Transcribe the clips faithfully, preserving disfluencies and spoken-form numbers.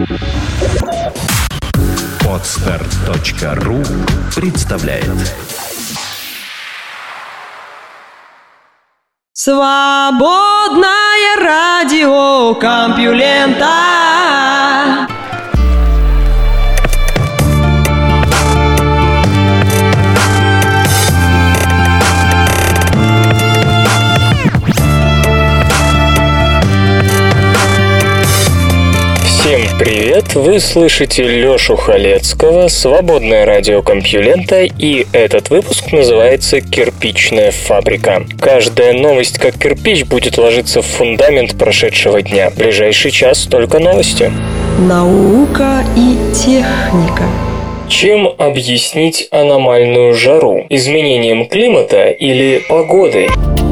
Подстар точка ру представляет. Свободное радио Компьюлента. Всем привет! Вы слышите Лёшу Халецкого, Свободное радио Компьюлента, и этот выпуск называется «Кирпичная фабрика». Каждая новость, как кирпич, будет ложиться в фундамент прошедшего дня. В ближайший час только новости. Наука и техника. Чем объяснить аномальную жару? Изменением климата или погодой?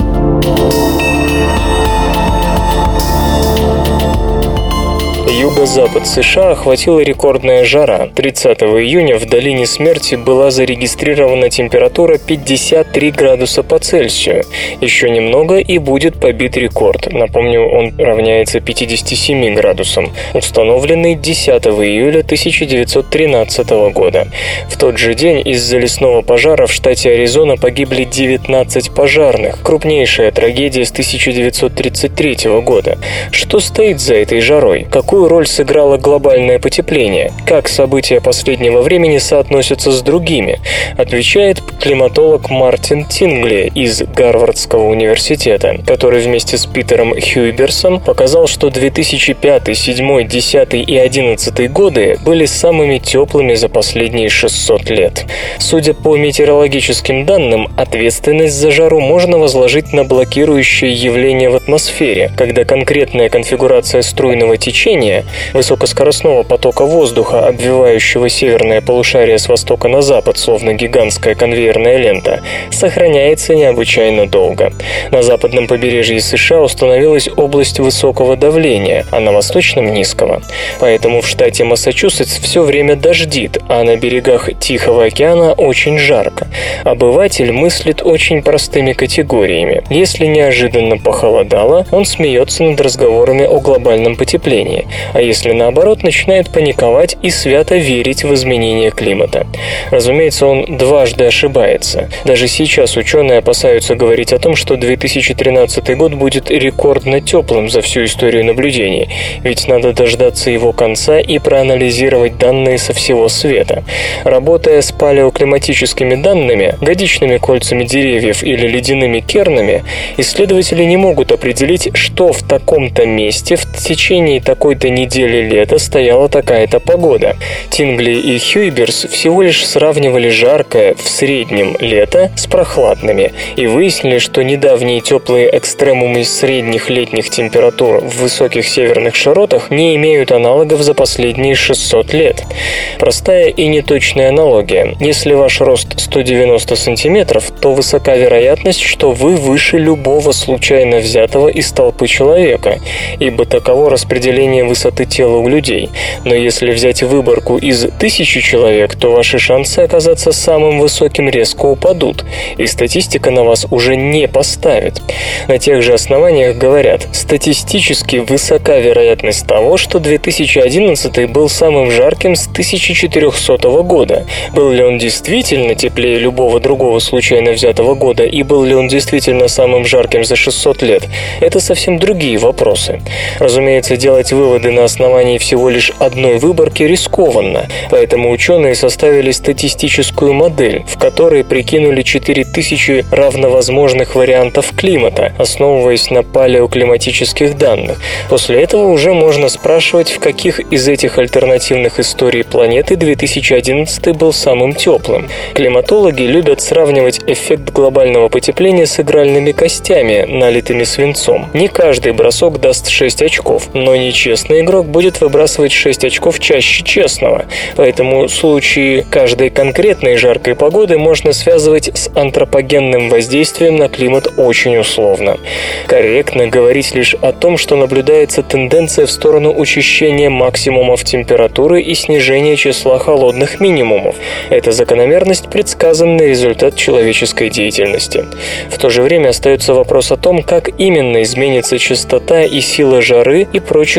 Юго-запад США охватила рекордная жара. тридцатого июня в долине смерти была зарегистрирована температура пятьдесят три градуса по Цельсию. Еще немного и будет побит рекорд. Напомню, он равняется пятидесяти семи градусам, установленный десятого июля тысяча девятьсот тринадцатого года. В тот же день из-за лесного пожара в штате Аризона погибли девятнадцать пожарных. Крупнейшая трагедия с тысяча девятьсот тридцать третьего года. Что стоит за этой жарой? Какую роль сыграло глобальное потепление? Как события последнего времени соотносятся с другими? Отвечает климатолог Мартин Тингли из Гарвардского университета, который вместе с Питером Хьюберсом показал, что две тысячи пятый, две тысячи седьмой, две тысячи десятый и две тысячи одиннадцатый годы были самыми теплыми за последние шестьсот лет. Судя по метеорологическим данным, ответственность за жару можно возложить на блокирующее явление в атмосфере, когда конкретная конфигурация струйного течения, высокоскоростного потока воздуха, обвивающего северное полушарие с востока на запад, словно гигантская конвейерная лента, сохраняется необычайно долго. На западном побережье США установилась область высокого давления, а на восточном – низкого. Поэтому в штате Массачусетс все время дождит, а на берегах Тихого океана очень жарко. Обыватель мыслит очень простыми категориями. Если неожиданно похолодало, он смеется над разговорами о глобальном потеплении, а если наоборот, начинает паниковать и свято верить в изменение климата. Разумеется, он дважды ошибается. Даже сейчас ученые опасаются говорить о том, что две тысячи тринадцатый год будет рекордно теплым за всю историю наблюдений, ведь надо дождаться его конца и проанализировать данные со всего света. Работая с палеоклиматическими данными, годичными кольцами деревьев или ледяными кернами, исследователи не могут определить, что в таком-то месте в течение такой-то недели лета стояла такая-то погода. Тингли и Хьюберс всего лишь сравнивали жаркое в среднем лето с прохладными и выяснили, что недавние теплые экстремумы средних летних температур в высоких северных широтах не имеют аналогов за последние шестьсот лет. Простая и неточная аналогия. Если ваш рост сто девяносто сантиметров, то высока вероятность, что вы выше любого случайно взятого из толпы человека, ибо таково распределение высоты тела у людей. Но если взять выборку из тысячи человек, то ваши шансы оказаться самым высоким резко упадут, и статистика на вас уже не поставит. На тех же основаниях говорят, статистически высока вероятность того, что две тысячи одиннадцатый был самым жарким с тысяча четырехсотого года. Был ли он действительно теплее любого другого случайно взятого года, и был ли он действительно самым жарким за шестьсот лет? Это совсем другие вопросы. Разумеется, делать выводы на основании всего лишь одной выборки рискованно, поэтому ученые составили статистическую модель, в которой прикинули четыре тысячи равновозможных вариантов климата, основываясь на палеоклиматических данных. После этого уже можно спрашивать, в каких из этих альтернативных историй планеты две тысячи одиннадцатый был самым теплым. Климатологи любят сравнивать эффект глобального потепления с игральными костями, налитыми свинцом. Не каждый бросок даст шесть очков, но нечестный игрок будет выбрасывать шесть очков чаще честного. Поэтому случаи каждой конкретной жаркой погоды можно связывать с антропогенным воздействием на климат очень условно. Корректно говорить лишь о том, что наблюдается тенденция в сторону учащения максимумов температуры и снижения числа холодных минимумов. Эта закономерность – предсказанный результат человеческой деятельности. В то же время остается вопрос о том, как именно изменится частота и сила жары и прочих экстремальных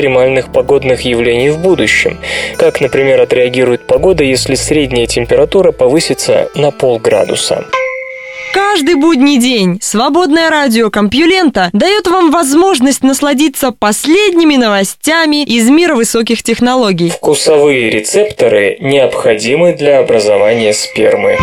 экстремальных погодных явлений в будущем. Как, например, отреагирует погода, если средняя температура повысится на полградуса. Каждый будний день свободное радио Компьюлента дает вам возможность насладиться последними новостями из мира высоких технологий. Вкусовые рецепторы необходимы для образования спермы.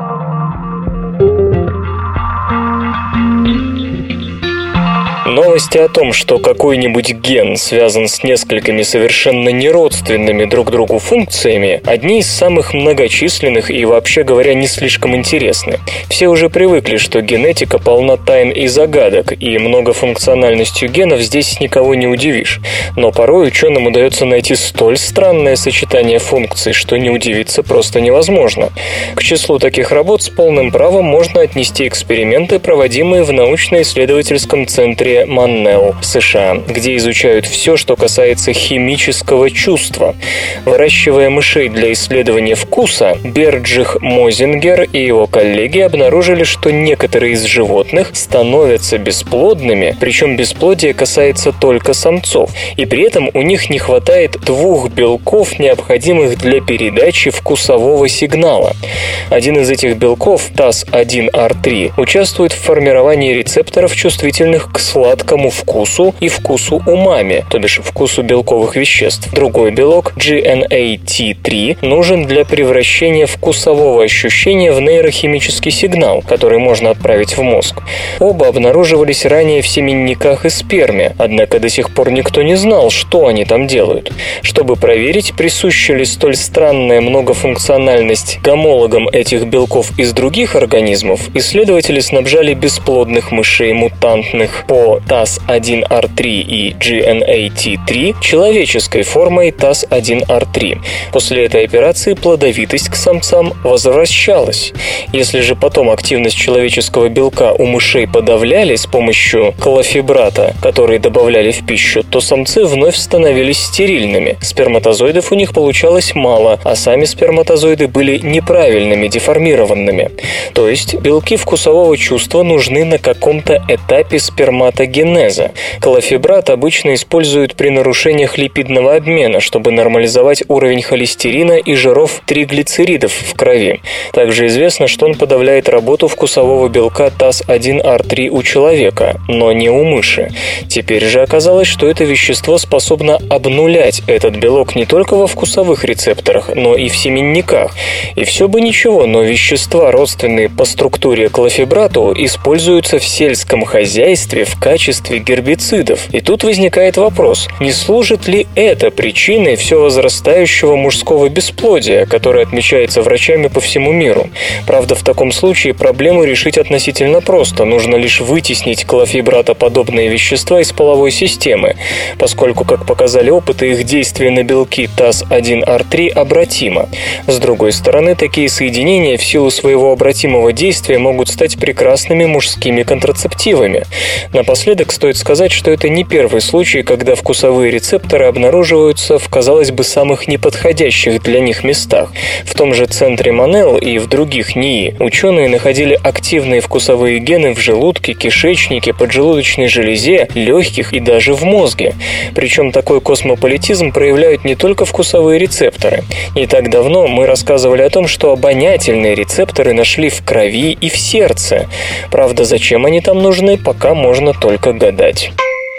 Новости о том, что какой-нибудь ген связан с несколькими совершенно неродственными друг другу функциями, одни из самых многочисленных и, вообще говоря, не слишком интересны. Все уже привыкли, что генетика полна тайн и загадок, и многофункциональностью генов здесь никого не удивишь. Но порой ученым удается найти столь странное сочетание функций, что не удивиться просто невозможно. К числу таких работ с полным правом можно отнести эксперименты, проводимые в научно-исследовательском центре Моннелл, США, где изучают все, что касается химического чувства. Выращивая мышей для исследования вкуса, Берджих Мозингер и его коллеги обнаружили, что некоторые из животных становятся бесплодными, причем бесплодие касается только самцов, и при этом у них не хватает двух белков, необходимых для передачи вкусового сигнала. Один из этих белков, таз один ар три, участвует в формировании рецепторов, чувствительных к сладкому вкусу и вкусу умами, то бишь вкусу белковых веществ. Другой белок, джи эн эй ти три, нужен для превращения вкусового ощущения в нейрохимический сигнал, который можно отправить в мозг. Оба обнаруживались ранее в семенниках и сперме, однако до сих пор никто не знал, что они там делают. Чтобы проверить, присуща ли столь странная многофункциональность гомологам этих белков из других организмов, исследователи снабжали бесплодных мышей мутантных по таз один ар три и джи эн эй ти три человеческой формой таз один ар три. После этой операции плодовитость к самцам возвращалась. Если же потом активность человеческого белка у мышей подавляли с помощью клофебрата, который добавляли в пищу, то самцы вновь становились стерильными. Сперматозоидов у них получалось мало, а сами сперматозоиды были неправильными, деформированными. То есть белки вкусового чувства нужны на каком-то этапе сперматогенеза. Клофебрат обычно используют при нарушениях липидного обмена, чтобы нормализовать уровень холестерина и жиров триглицеридов в крови. Также известно, что он подавляет работу вкусового белка таз один ар три у человека, но не у мыши. Теперь же оказалось, что это вещество способно обнулять этот белок не только во вкусовых рецепторах, но и в семенниках. И все бы ничего, но вещества, родственные по структуре клофебрату, используются в сельском хозяйстве в качестве гербицидов. И тут возникает вопрос, не служит ли это причиной все возрастающего мужского бесплодия, которое отмечается врачами по всему миру? Правда, в таком случае проблему решить относительно просто. Нужно лишь вытеснить клофебратоподобные вещества из половой системы, поскольку, как показали опыты, их действие на белки таз один ар три обратимо. С другой стороны, такие соединения в силу своего обратимого действия могут стать прекрасными мужскими контрацептивами. Напоследок стоит сказать, что это не первый случай, когда вкусовые рецепторы обнаруживаются в, казалось бы, самых неподходящих для них местах. В том же центре Моннелл и в других НИИ ученые находили активные вкусовые гены в желудке, кишечнике, поджелудочной железе, легких и даже в мозге. Причем такой космополитизм проявляют не только вкусовые рецепторы. Не так давно мы рассказывали о том, что обонятельные рецепторы нашли в крови и в сердце. Правда, зачем они там нужны, пока можно только гадать.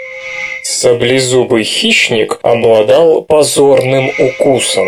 Саблезубый хищник обладал позорным укусом.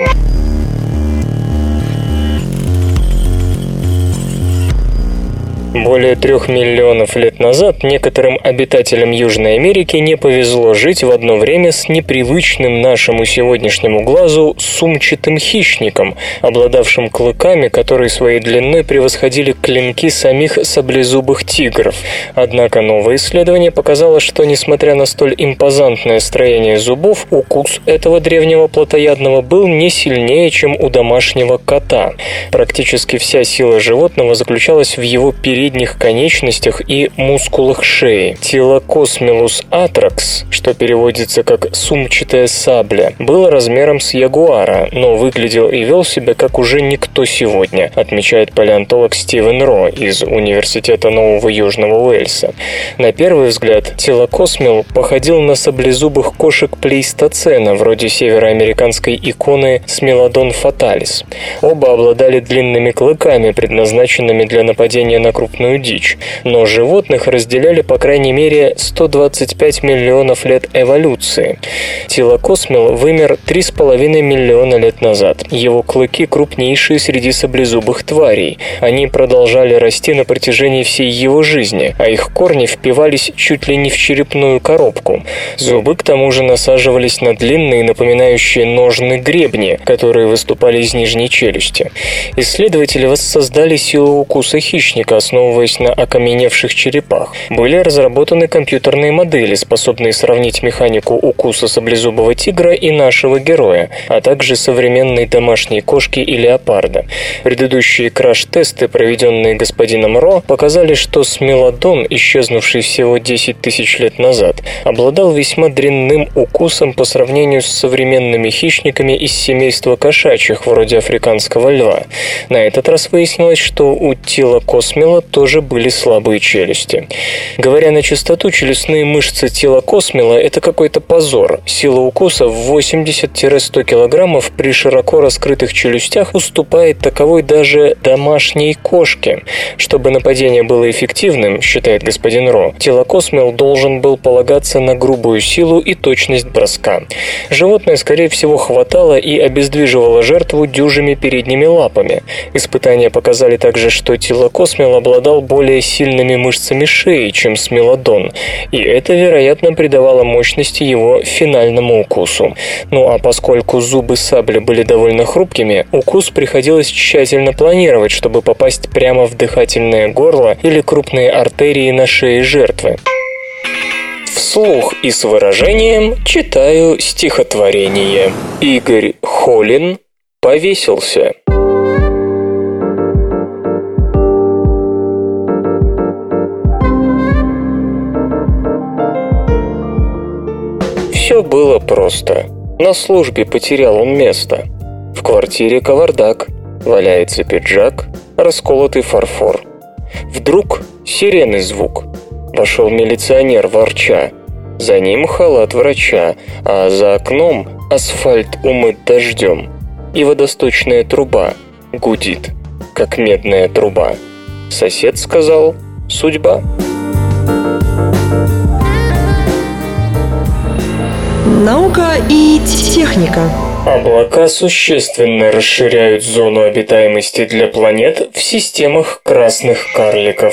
Более трех миллионов лет назад некоторым обитателям Южной Америки не повезло жить в одно время с непривычным нашему сегодняшнему глазу сумчатым хищником, обладавшим клыками, которые своей длиной превосходили клинки самих саблезубых тигров. Однако новое исследование показало, что, несмотря на столь импозантное строение зубов, укус этого древнего плотоядного был не сильнее, чем у домашнего кота. Практически вся сила животного заключалась в его передней передних конечностях и мускулах шеи. Тилокосмилус атракс, что переводится как «сумчатая сабля», был размером с ягуара, но выглядел и вел себя как уже никто сегодня, отмечает палеонтолог Стивен Ро из Университета Нового Южного Уэльса. На первый взгляд, тилокосмил походил на саблезубых кошек плейстоцена, вроде североамериканской иконы Смелодон фаталис. Оба обладали длинными клыками, предназначенными для нападения на крупную дичь, но животных разделяли по крайней мере сто двадцать пять миллионов лет эволюции. Тилокосмил вымер три с половиной миллиона лет назад. Его клыки крупнейшие среди саблезубых тварей. Они продолжали расти на протяжении всей его жизни, а их корни впивались чуть ли не в черепную коробку. Зубы, к тому же, насаживались на длинные, напоминающие ножны гребни, которые выступали из нижней челюсти. Исследователи воссоздали силу укуса хищника, основываясь на окаменевших черепах. Были разработаны компьютерные модели, способные сравнить механику укуса саблезубого тигра и нашего героя, а также современной домашней кошки и леопарда. Предыдущие краш-тесты, проведенные господином Ро, показали, что смелодон, исчезнувший всего десять тысяч лет назад, обладал весьма дрянным укусом по сравнению с современными хищниками из семейства кошачьих, вроде африканского льва. На этот раз выяснилось, что у тилокосмила тоже были слабые челюсти. Говоря на чистоту, челюстные мышцы тилокосмила – это какой-то позор. Сила укуса в восемьдесят-сто килограммов при широко раскрытых челюстях уступает таковой даже домашней кошке. Чтобы нападение было эффективным, считает господин Ро, тилокосмил должен был полагаться на грубую силу и точность броска. Животное, скорее всего, хватало и обездвиживало жертву дюжими передними лапами. Испытания показали также, что тилокосмил обладал более сильными мышцами шеи, чем смелодон, и это, вероятно, придавало мощности его финальному укусу. Ну а поскольку зубы сабли были довольно хрупкими, укус приходилось тщательно планировать, чтобы попасть прямо в дыхательное горло или крупные артерии на шее жертвы. Вслух и с выражением читаю стихотворение. Игорь Холин повесился. Все было просто. На службе потерял он место. В квартире кавардак, валяется пиджак, расколотый фарфор. Вдруг сирены звук. Вошел милиционер, ворча. За ним халат врача, а за окном асфальт умыт дождем. И водосточная труба гудит, как медная труба. Сосед сказал: судьба. Наука и техника. Облака существенно расширяют зону обитаемости для планет в системах красных карликов.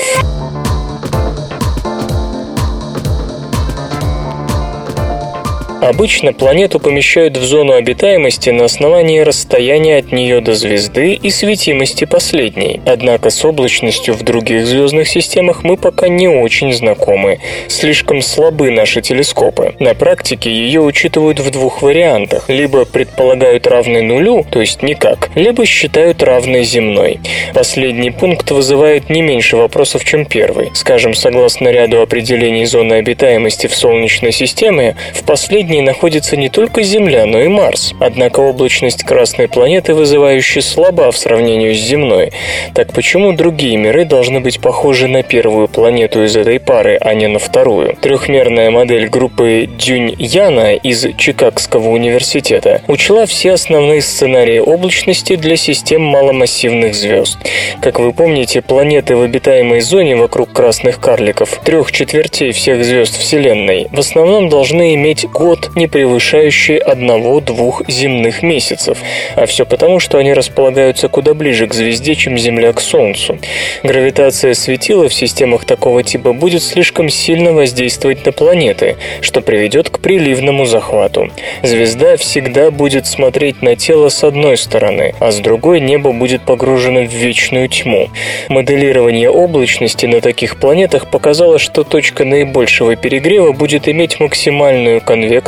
Обычно планету помещают в зону обитаемости на основании расстояния от нее до звезды и светимости последней. Однако с облачностью в других звездных системах мы пока не очень знакомы. Слишком слабы наши телескопы. На практике ее учитывают в двух вариантах. Либо предполагают равной нулю, то есть никак, либо считают равной земной. Последний пункт вызывает не меньше вопросов, чем первый. Скажем, согласно ряду определений зоны обитаемости в Солнечной системе, в последней находится не только Земля, но и Марс. Однако облачность красной планеты вызывающе слаба в сравнении с земной. Так почему другие миры должны быть похожи на первую планету из этой пары, а не на вторую? Трехмерная модель группы Дюнь-Яна из Чикагского университета учла все основные сценарии облачности для систем маломассивных звезд. Как вы помните, планеты в обитаемой зоне вокруг красных карликов, трех четвертей всех звезд Вселенной, в основном должны иметь год, не превышающий одного-двух земных месяцев. А все потому, что они располагаются куда ближе к звезде, чем Земля к Солнцу. Гравитация светила в системах такого типа будет слишком сильно воздействовать на планеты, что приведет к приливному захвату. Звезда всегда будет смотреть на тело с одной стороны, а с другой небо будет погружено в вечную тьму. Моделирование облачности на таких планетах показало, что точка наибольшего перегрева будет иметь максимальную конвекцию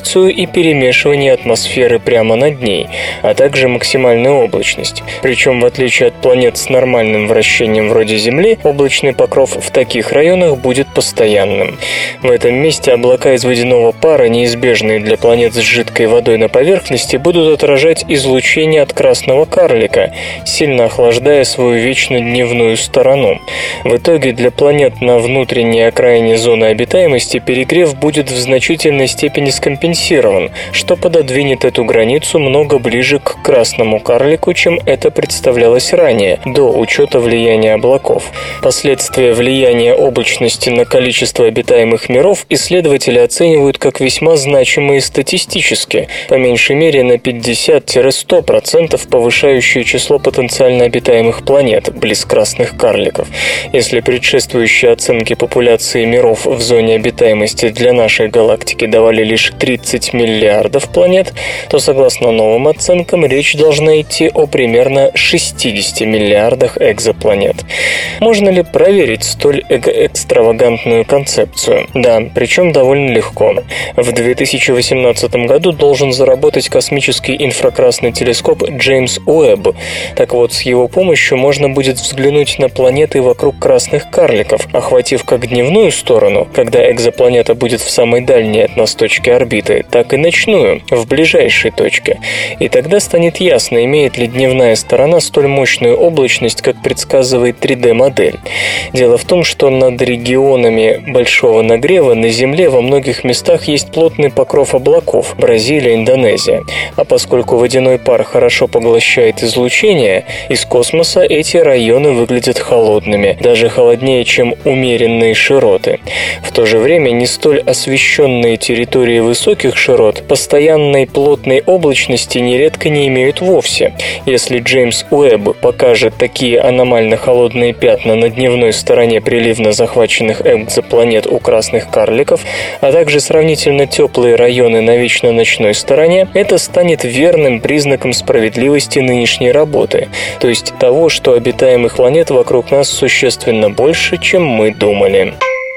конвекцию и перемешивание атмосферы прямо над ней, а также максимальную облачность. Причем, в отличие от планет с нормальным вращением вроде Земли, облачный покров в таких районах будет постоянным. В этом месте облака из водяного пара, неизбежные для планет с жидкой водой на поверхности, будут отражать излучение от красного карлика, сильно охлаждая свою вечно дневную сторону. В итоге для планет на внутренней окраине зоны обитаемости перегрев будет в значительной степени скомпенсирован, что пододвинет эту границу много ближе к красному карлику, чем это представлялось ранее, до учета влияния облаков. Последствия влияния облачности на количество обитаемых миров исследователи оценивают как весьма значимые статистически, по меньшей мере на пятьдесят-сто процентов повышающие число потенциально обитаемых планет близ красных карликов. Если предшествующие оценки популяции миров в зоне обитаемости для нашей галактики давали лишь тридцать миллиардов планет, то согласно новым оценкам речь должна идти о примерно шестидесяти миллиардах экзопланет. Можно ли проверить столь экстравагантную концепцию? Да, причем довольно легко. В две тысячи восемнадцатом году должен заработать космический инфракрасный телескоп Джеймс Уэбб. Так вот, с его помощью можно будет взглянуть на планеты вокруг красных карликов, охватив как дневную сторону, когда экзопланета будет в самой дальней от нас точке орбиты, так и ночную, в ближайшей точке. И тогда станет ясно, имеет ли дневная сторона столь мощную облачность, как предсказывает три дэ-модель. Дело в том, что над регионами большого нагрева на Земле во многих местах есть плотный покров облаков – Бразилия, Индонезия. А поскольку водяной пар хорошо поглощает излучение, из космоса эти районы выглядят холодными, даже холоднее, чем умеренные широты. В то же время не столь освещенные территории высоких широт постоянной плотной облачности нередко не имеют вовсе. Если Джеймс Уэбб покажет такие аномально холодные пятна на дневной стороне приливно захваченных экзопланет у красных карликов, а также сравнительно теплые районы на вечно ночной стороне, это станет верным признаком справедливости нынешней работы, то есть того, что обитаемых планет вокруг нас существенно больше, чем мы думали.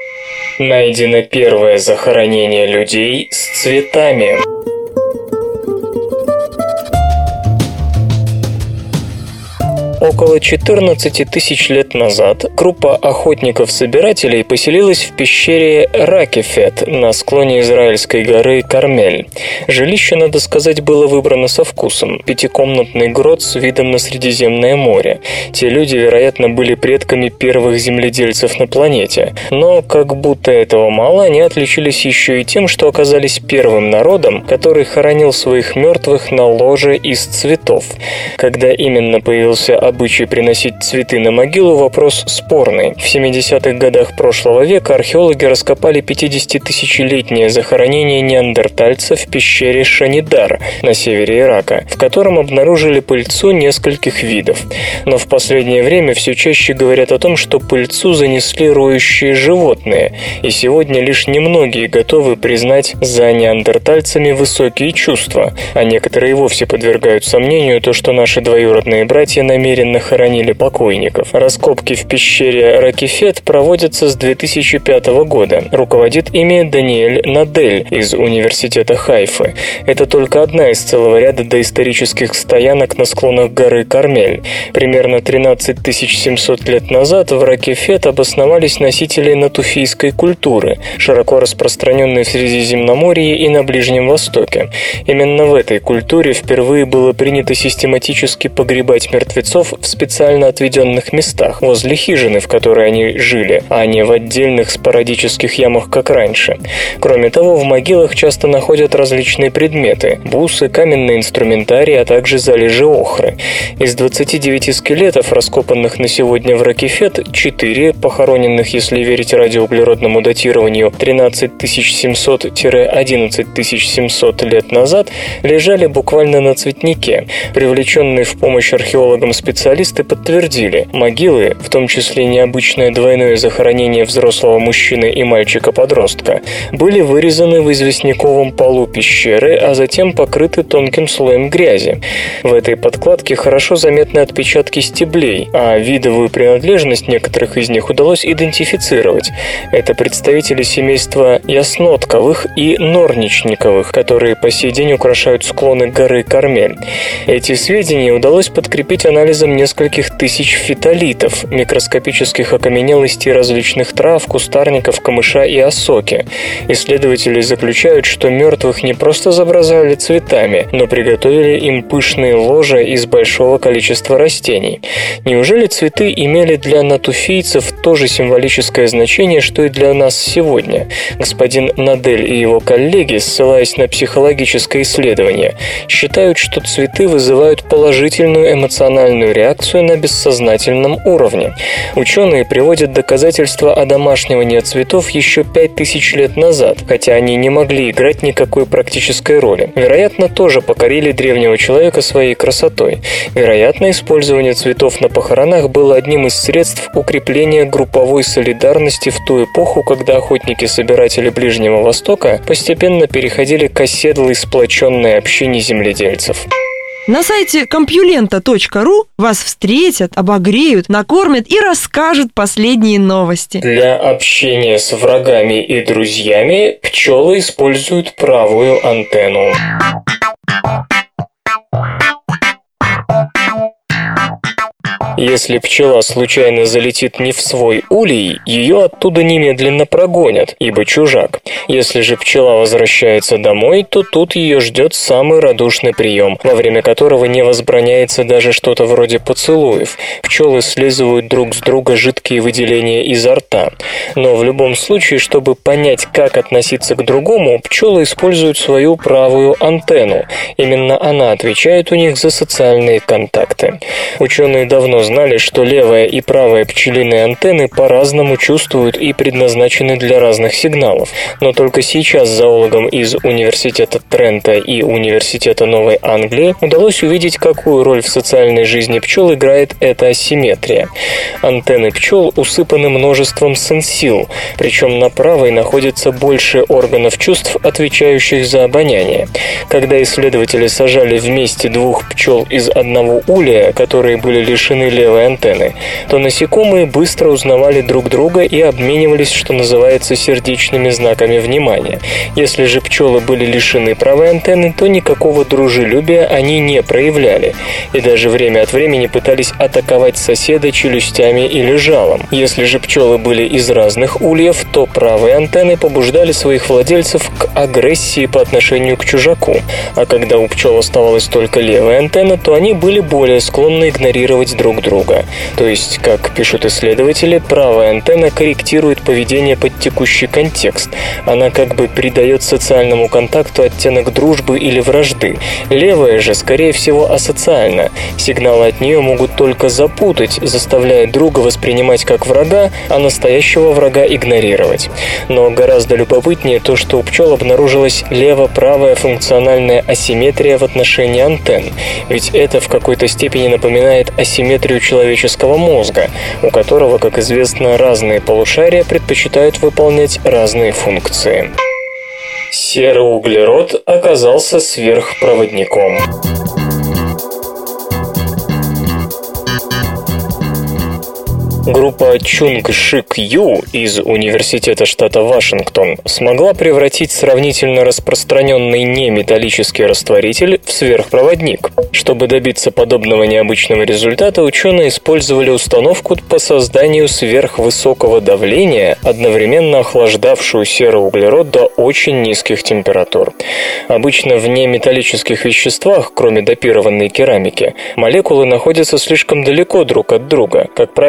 Найдено первое захоронение людей с цветами. Около четырнадцати тысяч лет назад группа охотников-собирателей поселилась в пещере Ракефет на склоне израильской горы Кармель. Жилище, надо сказать, было выбрано со вкусом. Пятикомнатный грот с видом на Средиземное море. Те люди, вероятно, были предками первых земледельцев на планете. Но, как будто этого мало, они отличились еще и тем, что оказались первым народом, который хоронил своих мертвых на ложе из цветов. Когда именно появился обычай приносить цветы на могилу, вопрос спорный. В семидесятых годах прошлого века археологи раскопали пятидесятитысячелетнее захоронение неандертальца в пещере Шанидар на севере Ирака, в котором обнаружили пыльцу нескольких видов. Но в последнее время все чаще говорят о том, что пыльцу занесли роющие животные, и сегодня лишь немногие готовы признать за неандертальцами высокие чувства, а некоторые вовсе подвергают сомнению то, что наши двоюродные братья намеренно хоронили покойников. Раскопки в пещере Ракефет проводятся с две тысячи пятого года. Руководит ими Даниэль Надель из университета Хайфы. Это только одна из целого ряда доисторических стоянок на склонах горы Кармель. Примерно тринадцать тысяч семьсот лет назад в Ракефет обосновались носители натуфийской культуры, широко распространенной в Средиземноморье и на Ближнем Востоке. Именно в этой культуре впервые было принято систематически погребать мертвецов в специально отведенных местах, возле хижины, в которой они жили, а не в отдельных спорадических ямах, как раньше. Кроме того, в могилах часто находят различные предметы – бусы, каменный инструментарий, а также залежи охры. Из двадцати девяти скелетов, раскопанных на сегодня в Ракефет, четыре, похороненных, если верить радиоуглеродному датированию, тринадцать тысяч семьсот - одиннадцать тысяч семьсот лет назад, лежали буквально на цветнике. Привлеченный в помощь археологам специалист специалисты подтвердили, могилы, в том числе необычное двойное захоронение взрослого мужчины и мальчика-подростка, были вырезаны в известняковом полу пещеры, а затем покрыты тонким слоем грязи. В этой подкладке хорошо заметны отпечатки стеблей, а видовую принадлежность некоторых из них удалось идентифицировать. Это представители семейства яснотковых и норничниковых, которые по сей день украшают склоны горы Кармель. Эти сведения удалось подкрепить анализом нескольких тысяч фитолитов, микроскопических окаменелостей различных трав, кустарников, камыша и осоки. Исследователи заключают, что мертвых не просто забросали цветами, но приготовили им пышные ложа из большого количества растений. Неужели цветы имели для натуфийцев то же символическое значение, что и для нас сегодня? Господин Надель и его коллеги, ссылаясь на психологическое исследование, считают, что цветы вызывают положительную эмоциональную реакцию на бессознательном уровне. Ученые приводят доказательства одомашнивания цветов еще пять тысяч лет назад, хотя они не могли играть никакой практической роли. Вероятно, тоже покорили древнего человека своей красотой. Вероятно, использование цветов на похоронах было одним из средств укрепления групповой солидарности в ту эпоху, когда охотники-собиратели Ближнего Востока постепенно переходили к оседлой сплоченной общине земледельцев. На сайте компьюлента точка ру вас встретят, обогреют, накормят и расскажут последние новости. Для общения с врагами и друзьями пчелы используют правую антенну. Если пчела случайно залетит не в свой улей, ее оттуда немедленно прогонят, ибо чужак. Если же пчела возвращается домой, то тут ее ждет самый радушный прием, во время которого не возбраняется даже что-то вроде поцелуев. Пчелы слизывают друг с друга жидкие выделения изо рта. Но в любом случае, чтобы понять, как относиться к другому, пчелы используют свою правую антенну. Именно она отвечает у них за социальные контакты. Ученые давно знали, что левая и правая пчелиные антенны по-разному чувствуют и предназначены для разных сигналов. Но только сейчас зоологам из Университета Трента и Университета Новой Англии удалось увидеть, какую роль в социальной жизни пчел играет эта асимметрия. Антенны пчел усыпаны множеством сенсил, причем на правой находится больше органов чувств, отвечающих за обоняние. Когда исследователи сажали вместе двух пчел из одного улья, которые были лишены левой антенны, то насекомые быстро узнавали друг друга и обменивались, что называется, сердечными знаками внимания. Если же пчелы были лишены правой антенны, то никакого дружелюбия они не проявляли, и даже время от времени пытались атаковать соседа челюстями или жалом. Если же пчелы были из разных ульев, то правые антенны побуждали своих владельцев к агрессии по отношению к чужаку, а когда у пчел оставалась только левая антенна, то они были более склонны игнорировать друг друга. То есть, как пишут исследователи, правая антенна корректирует поведение под текущий контекст. Она как бы придает социальному контакту оттенок дружбы или вражды. Левая же, скорее всего, асоциальна. Сигналы от нее могут только запутать, заставляя друга воспринимать как врага, а настоящего врага игнорировать. Но гораздо любопытнее то, что у пчел обнаружилась лево-правая функциональная асимметрия в отношении антенн. Ведь это в какой-то степени напоминает асимметрию человеческого мозга, у которого, как известно, разные полушария предпочитают выполнять разные функции. Серый углерод оказался сверхпроводником. Группа Чунг-Ши-Кью из Университета штата Вашингтон смогла превратить сравнительно распространенный неметаллический растворитель в сверхпроводник. Чтобы добиться подобного необычного результата, ученые использовали установку по созданию сверхвысокого давления, одновременно охлаждавшую серый углерод до очень низких температур. Обычно в неметаллических веществах, кроме допированной керамики, молекулы находятся слишком далеко друг от друга, как правило, втрое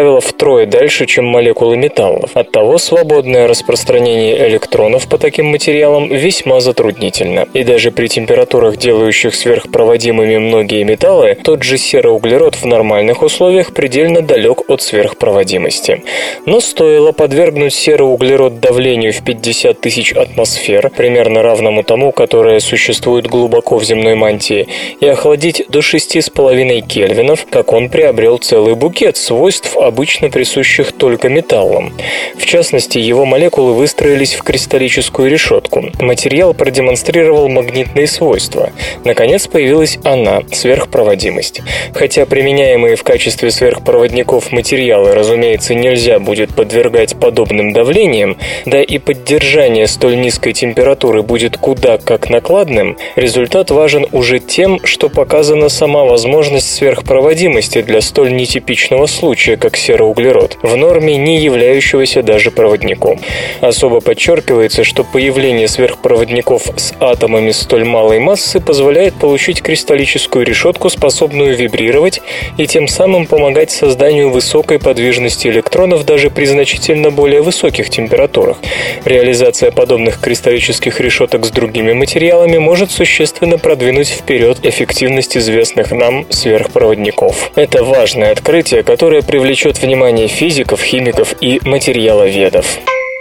втрое дальше, чем молекулы металлов. Оттого свободное распространение электронов по таким материалам весьма затруднительно. И даже при температурах, делающих сверхпроводимыми многие металлы, тот же сероуглерод в нормальных условиях предельно далек от сверхпроводимости. Но стоило подвергнуть сероуглерод давлению в пятьдесят тысяч атмосфер, примерно равному тому, которое существует глубоко в земной мантии, и охладить до шести с половиной кельвинов, как он приобрел целый букет свойств, обычно присущих только металлам. В частности, его молекулы выстроились в кристаллическую решетку. Материал продемонстрировал магнитные свойства. Наконец появилась она, сверхпроводимость. Хотя применяемые в качестве сверхпроводников материалы, разумеется, нельзя будет подвергать подобным давлениям, да и поддержание столь низкой температуры будет куда как накладным, результат важен уже тем, что показана сама возможность сверхпроводимости для столь нетипичного случая, как сероуглерод, в норме не являющегося даже проводником. Особо подчеркивается, что появление сверхпроводников с атомами столь малой массы позволяет получить кристаллическую решетку, способную вибрировать и тем самым помогать созданию высокой подвижности электронов даже при значительно более высоких температурах. Реализация подобных кристаллических решеток с другими материалами может существенно продвинуть вперед эффективность известных нам сверхпроводников. Это важное открытие, которое привлечет внимание физиков, химиков и материаловедов.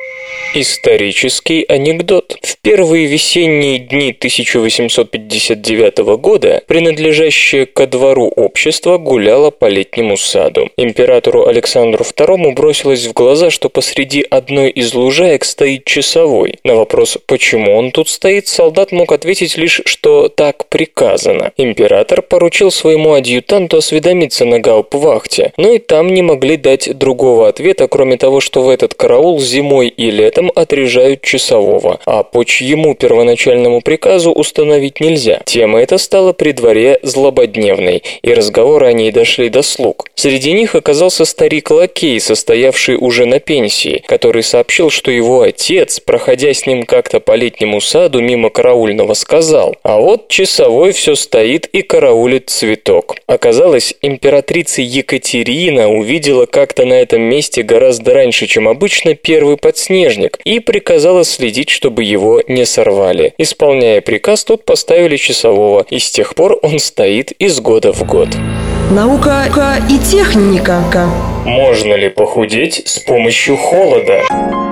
Исторический анекдот. В первые весенние дни тысяча восемьсот пятьдесят девятого года принадлежащее ко двору общество гуляло по летнему саду. Императору Александру второму бросилось в глаза, что посреди одной из лужаек стоит часовой. На вопрос, почему он тут стоит, солдат мог ответить лишь, что так приказано. Император поручил своему адъютанту осведомиться на гауптвахте, но и там не могли дать другого ответа, кроме того, что в этот караул зимой и летом отряжают часового, а по чьему первоначальному приказу установить нельзя. Тема эта стала при дворе злободневной, и разговоры о ней дошли до слуг. Среди них оказался старик-лакей, состоявший уже на пенсии, который сообщил, что его отец, проходя с ним как-то по летнему саду мимо караульного, сказал: «А вот часовой все стоит и караулит цветок». Оказалось, императрица Екатерина увидела как-то на этом месте гораздо раньше, чем обычно, первый подснежник, и приказала следить, чтобы его не сорвали. Исполняя приказ, тут поставили часового, и с тех пор он стоит из года в год. Наука и техника. Можно ли похудеть с помощью холода?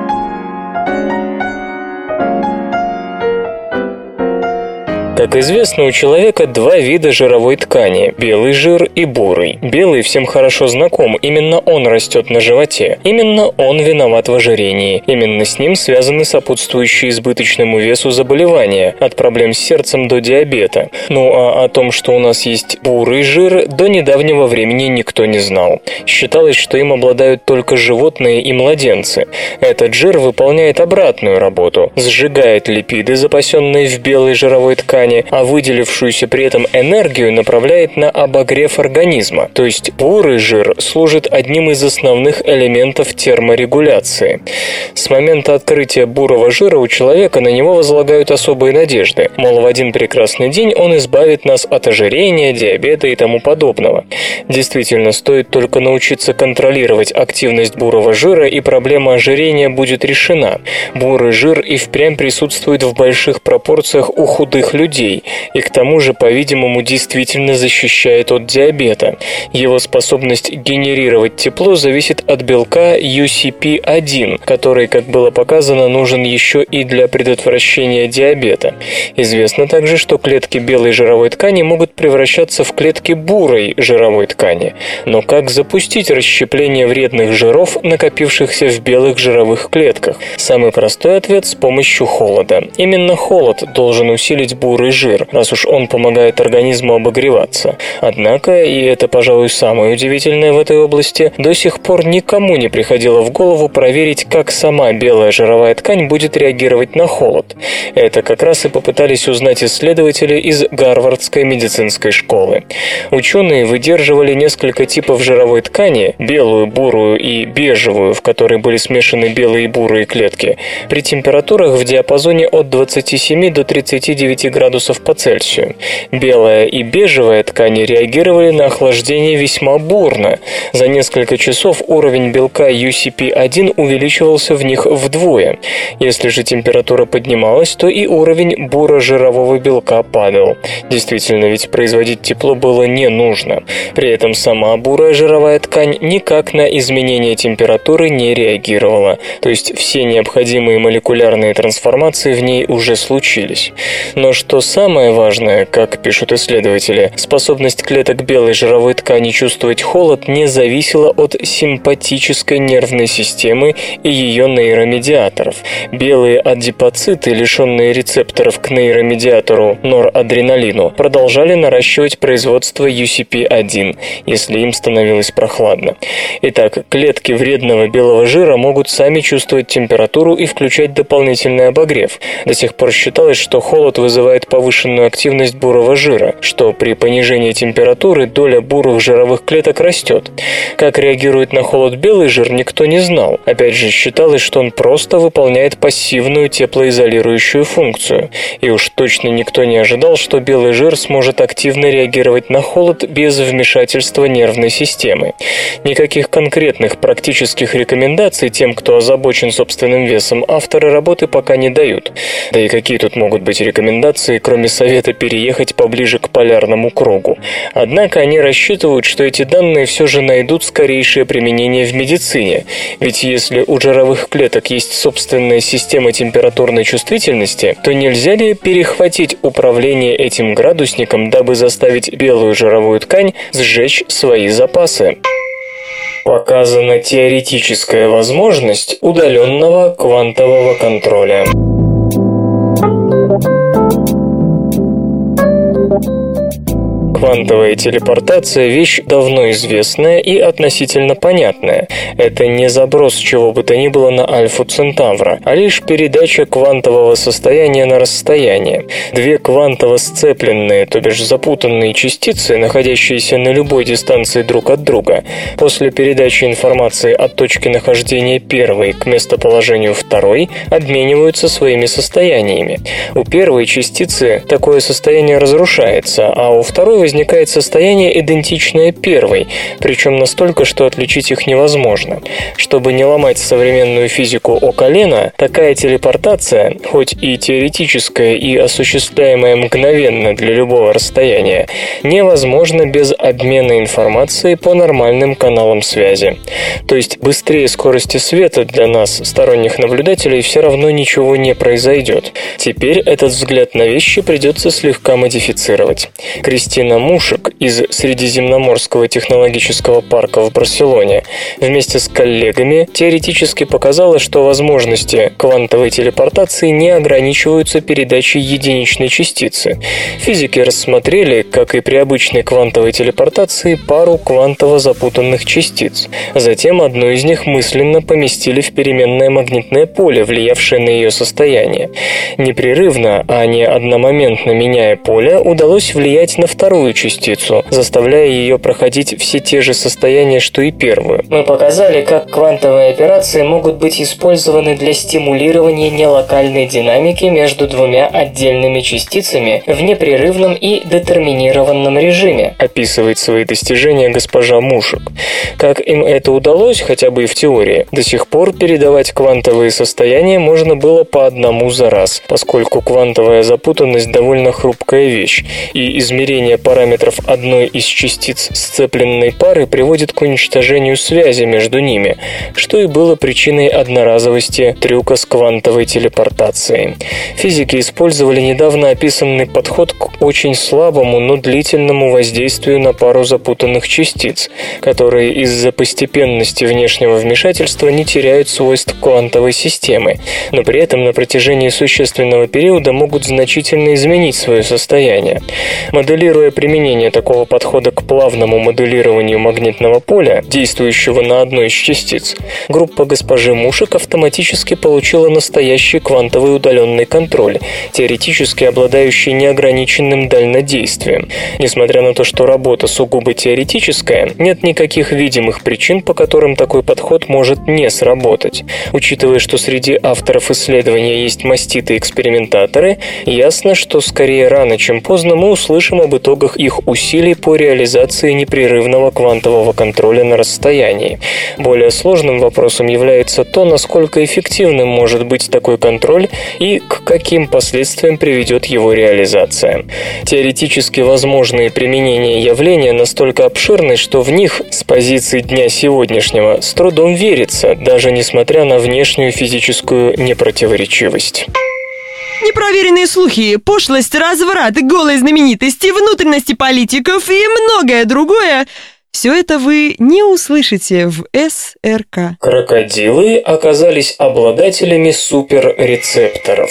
Как известно, у человека два вида жировой ткани – белый жир и бурый. Белый всем хорошо знаком, именно он растет на животе. Именно он виноват в ожирении. Именно с ним связаны сопутствующие избыточному весу заболевания, от проблем с сердцем до диабета. Ну а о том, что у нас есть бурый жир, до недавнего времени никто не знал. Считалось, что им обладают только животные и младенцы. Этот жир выполняет обратную работу – сжигает липиды, запасенные в белой жировой ткани, а выделившуюся при этом энергию направляет на обогрев организма. То есть бурый жир служит одним из основных элементов терморегуляции. С момента открытия бурого жира у человека на него возлагают особые надежды. Мол, в один прекрасный день он избавит нас от ожирения, диабета и тому подобного. Действительно, стоит только научиться контролировать активность бурого жира, и проблема ожирения будет решена. Бурый жир и впрямь присутствует в больших пропорциях у худых людей, и к тому же, по-видимому, действительно защищает от диабета. Его способность генерировать тепло зависит от белка ю си пи один, который, как было показано, нужен еще и для предотвращения диабета. Известно также, что клетки белой жировой ткани могут превращаться в клетки бурой жировой ткани. Но как запустить расщепление вредных жиров, накопившихся в белых жировых клетках? Самый простой ответ – с помощью холода. Именно холод должен усилить бурый жир, раз уж он помогает организму обогреваться. Однако, и это, пожалуй, самое удивительное в этой области, до сих пор никому не приходило в голову проверить, как сама белая жировая ткань будет реагировать на холод. Это как раз и попытались узнать исследователи из Гарвардской медицинской школы. Ученые выдерживали несколько типов жировой ткани, белую, бурую и бежевую, в которой были смешаны белые и бурые клетки, при температурах в диапазоне от двадцати семи до тридцати девяти градусов градусов по Цельсию. Белая и бежевая ткани реагировали на охлаждение весьма бурно. За несколько часов уровень белка ю си пи один увеличивался в них вдвое. Если же температура поднималась, то и уровень буро-жирового белка падал. Действительно, ведь производить тепло было не нужно. При этом сама бурая жировая ткань никак на изменение температуры не реагировала, то есть все необходимые молекулярные трансформации в ней уже случились. Но что самое важное, как пишут исследователи, способность клеток белой жировой ткани чувствовать холод не зависела от симпатической нервной системы и ее нейромедиаторов. Белые адипоциты, лишенные рецепторов к нейромедиатору норадреналину, продолжали наращивать производство ю си пи один, если им становилось прохладно. Итак, клетки вредного белого жира могут сами чувствовать температуру и включать дополнительный обогрев. До сих пор считалось, что холод вызывает повышенную активность бурого жира, что при понижении температуры доля бурых жировых клеток растет. Как реагирует на холод белый жир, никто не знал. Опять же, считалось, что он просто выполняет пассивную теплоизолирующую функцию. И уж точно никто не ожидал, что белый жир сможет активно реагировать на холод без вмешательства нервной системы. Никаких конкретных практических рекомендаций тем, кто озабочен собственным весом, авторы работы пока не дают. Да и какие тут могут быть рекомендации, кроме совета переехать поближе к полярному кругу? Однако они рассчитывают, что эти данные все же найдут скорейшее применение в медицине. Ведь если у жировых клеток есть собственная система температурной чувствительности, то нельзя ли перехватить управление этим градусником, дабы заставить белую жировую ткань сжечь свои запасы? Показана теоретическая возможность удаленного квантового контроля. Квантовая телепортация – вещь давно известная и относительно понятная. Это не заброс чего бы то ни было на Альфу Центавра, а лишь передача квантового состояния на расстояние. Две квантово сцепленные, то бишь запутанные частицы, находящиеся на любой дистанции друг от друга, после передачи информации от точки нахождения первой к местоположению второй, обмениваются своими состояниями. У первой частицы такое состояние разрушается, а у второй возникает состояние, идентичное первой, причем настолько, что отличить их невозможно. Чтобы не ломать современную физику о колено, такая телепортация, хоть и теоретическая и осуществляемая мгновенно для любого расстояния, невозможна без обмена информацией по нормальным каналам связи. То есть быстрее скорости света для нас, сторонних наблюдателей, все равно ничего не произойдет. Теперь этот взгляд на вещи придется слегка модифицировать. Кристина Мушек из Средиземноморского технологического парка в Барселоне вместе с коллегами теоретически показала, что возможности квантовой телепортации не ограничиваются передачей единичной частицы. Физики рассмотрели, как и при обычной квантовой телепортации, пару квантово запутанных частиц. Затем одну из них мысленно поместили в переменное магнитное поле, влиявшее на ее состояние. Непрерывно, а не одномоментно меняя поле, удалось влиять на вторую частицу, заставляя ее проходить все те же состояния, что и первую. Мы показали, как квантовые операции могут быть использованы для стимулирования нелокальной динамики между двумя отдельными частицами в непрерывном и детерминированном режиме, описывает свои достижения госпожа Мушек. Как им это удалось, хотя бы и в теории, до сих пор передавать квантовые состояния можно было по одному за раз, поскольку квантовая запутанность довольно хрупкая вещь, и измерение параметров одной из частиц сцепленной пары приводит к уничтожению связи между ними, что и было причиной одноразовости трюка с квантовой телепортацией. Физики использовали недавно описанный подход к очень слабому, но длительному воздействию на пару запутанных частиц, которые из-за постепенности внешнего вмешательства не теряют свойств квантовой системы, но при этом на протяжении существенного периода могут значительно изменить свое состояние. Моделируя примерно применения такого подхода к плавному моделированию магнитного поля, действующего на одной из частиц, группа госпожи Мушек автоматически получила настоящий квантовый удаленный контроль, теоретически обладающий неограниченным дальнодействием. Несмотря на то, что работа сугубо теоретическая, нет никаких видимых причин, по которым такой подход может не сработать. Учитывая, что среди авторов исследования есть маститые экспериментаторы, ясно, что скорее рано, чем поздно мы услышим об итогах их усилий по реализации непрерывного квантового контроля на расстоянии. Более сложным вопросом является то, насколько эффективным может быть такой контроль и к каким последствиям приведет его реализация. Теоретически возможные применения явления настолько обширны, что в них с позиции дня сегодняшнего с трудом верится, даже несмотря на внешнюю физическую непротиворечивость. Непроверенные слухи, пошлость, разврат, голые знаменитости, внутренности политиков и многое другое – все это вы не услышите в эс эр ка. Крокодилы оказались обладателями суперрецепторов.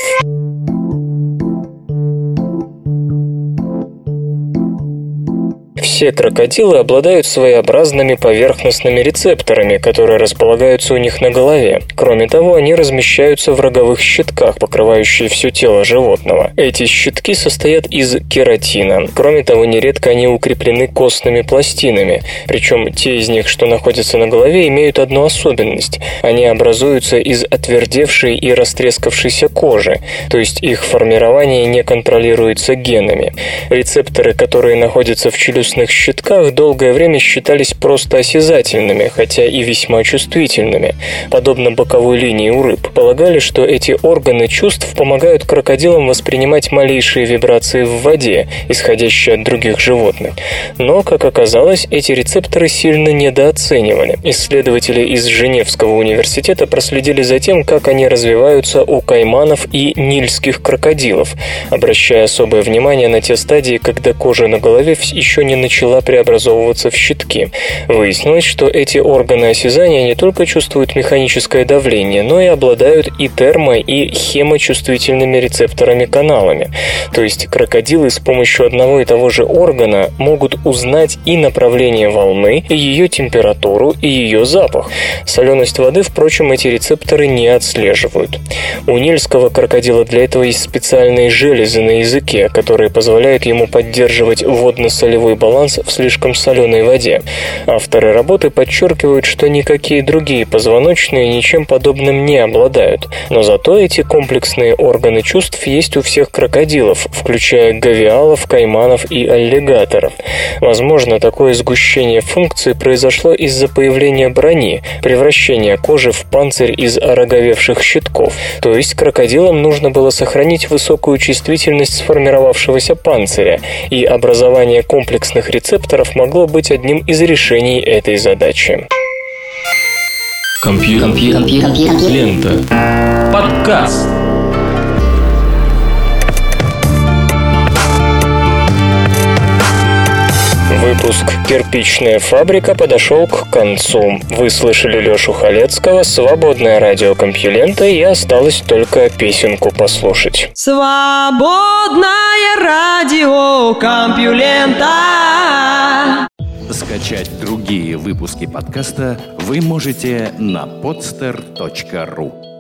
Все крокодилы обладают своеобразными поверхностными рецепторами, которые располагаются у них на голове. Кроме того, они размещаются в роговых щитках, покрывающие все тело животного. Эти щитки состоят из кератина. Кроме того, нередко они укреплены костными пластинами. Причем те из них, что находятся на голове, имеют одну особенность. Они образуются из отвердевшей и растрескавшейся кожи, то есть их формирование не контролируется генами. Рецепторы, которые находятся в челюстных щитках, долгое время считались просто осязательными, хотя и весьма чувствительными. Подобно боковой линии у рыб, полагали, что эти органы чувств помогают крокодилам воспринимать малейшие вибрации в воде, исходящие от других животных. Но, как оказалось, эти рецепторы сильно недооценивали. Исследователи из Женевского университета проследили за тем, как они развиваются у кайманов и нильских крокодилов, обращая особое внимание на те стадии, когда кожа на голове еще не начала преобразовываться в щитки. Выяснилось, что эти органы осязания не только чувствуют механическое давление, но и обладают и термо- и хемочувствительными рецепторами-каналами. То есть крокодилы с помощью одного и того же органа могут узнать и направление волны, и ее температуру, и ее запах. Соленость воды, впрочем, эти рецепторы не отслеживают. У нильского крокодила для этого есть специальные железы на языке, которые позволяют ему поддерживать водно-солевой баланс в слишком соленой воде. Авторы работы подчеркивают, что никакие другие позвоночные ничем подобным не обладают, но зато эти комплексные органы чувств есть у всех крокодилов, включая гавиалов, кайманов и аллигаторов. Возможно, такое сгущение функций произошло из-за появления брони, превращения кожи в панцирь из ороговевших щитков. То есть крокодилам нужно было сохранить высокую чувствительность сформировавшегося панциря, и образование комплексных рецепторов могло быть одним из решений этой задачи. Компьютер. Компьютер. Лента. Подкаст. Выпуск «Кирпичная фабрика» подошел к концу. Вы слышали Лешу Халецкого, свободное радио Компьюлента, и осталось только песенку послушать. Свободное радио Компьюлента. Скачать другие выпуски подкаста вы можете на podster точка ру.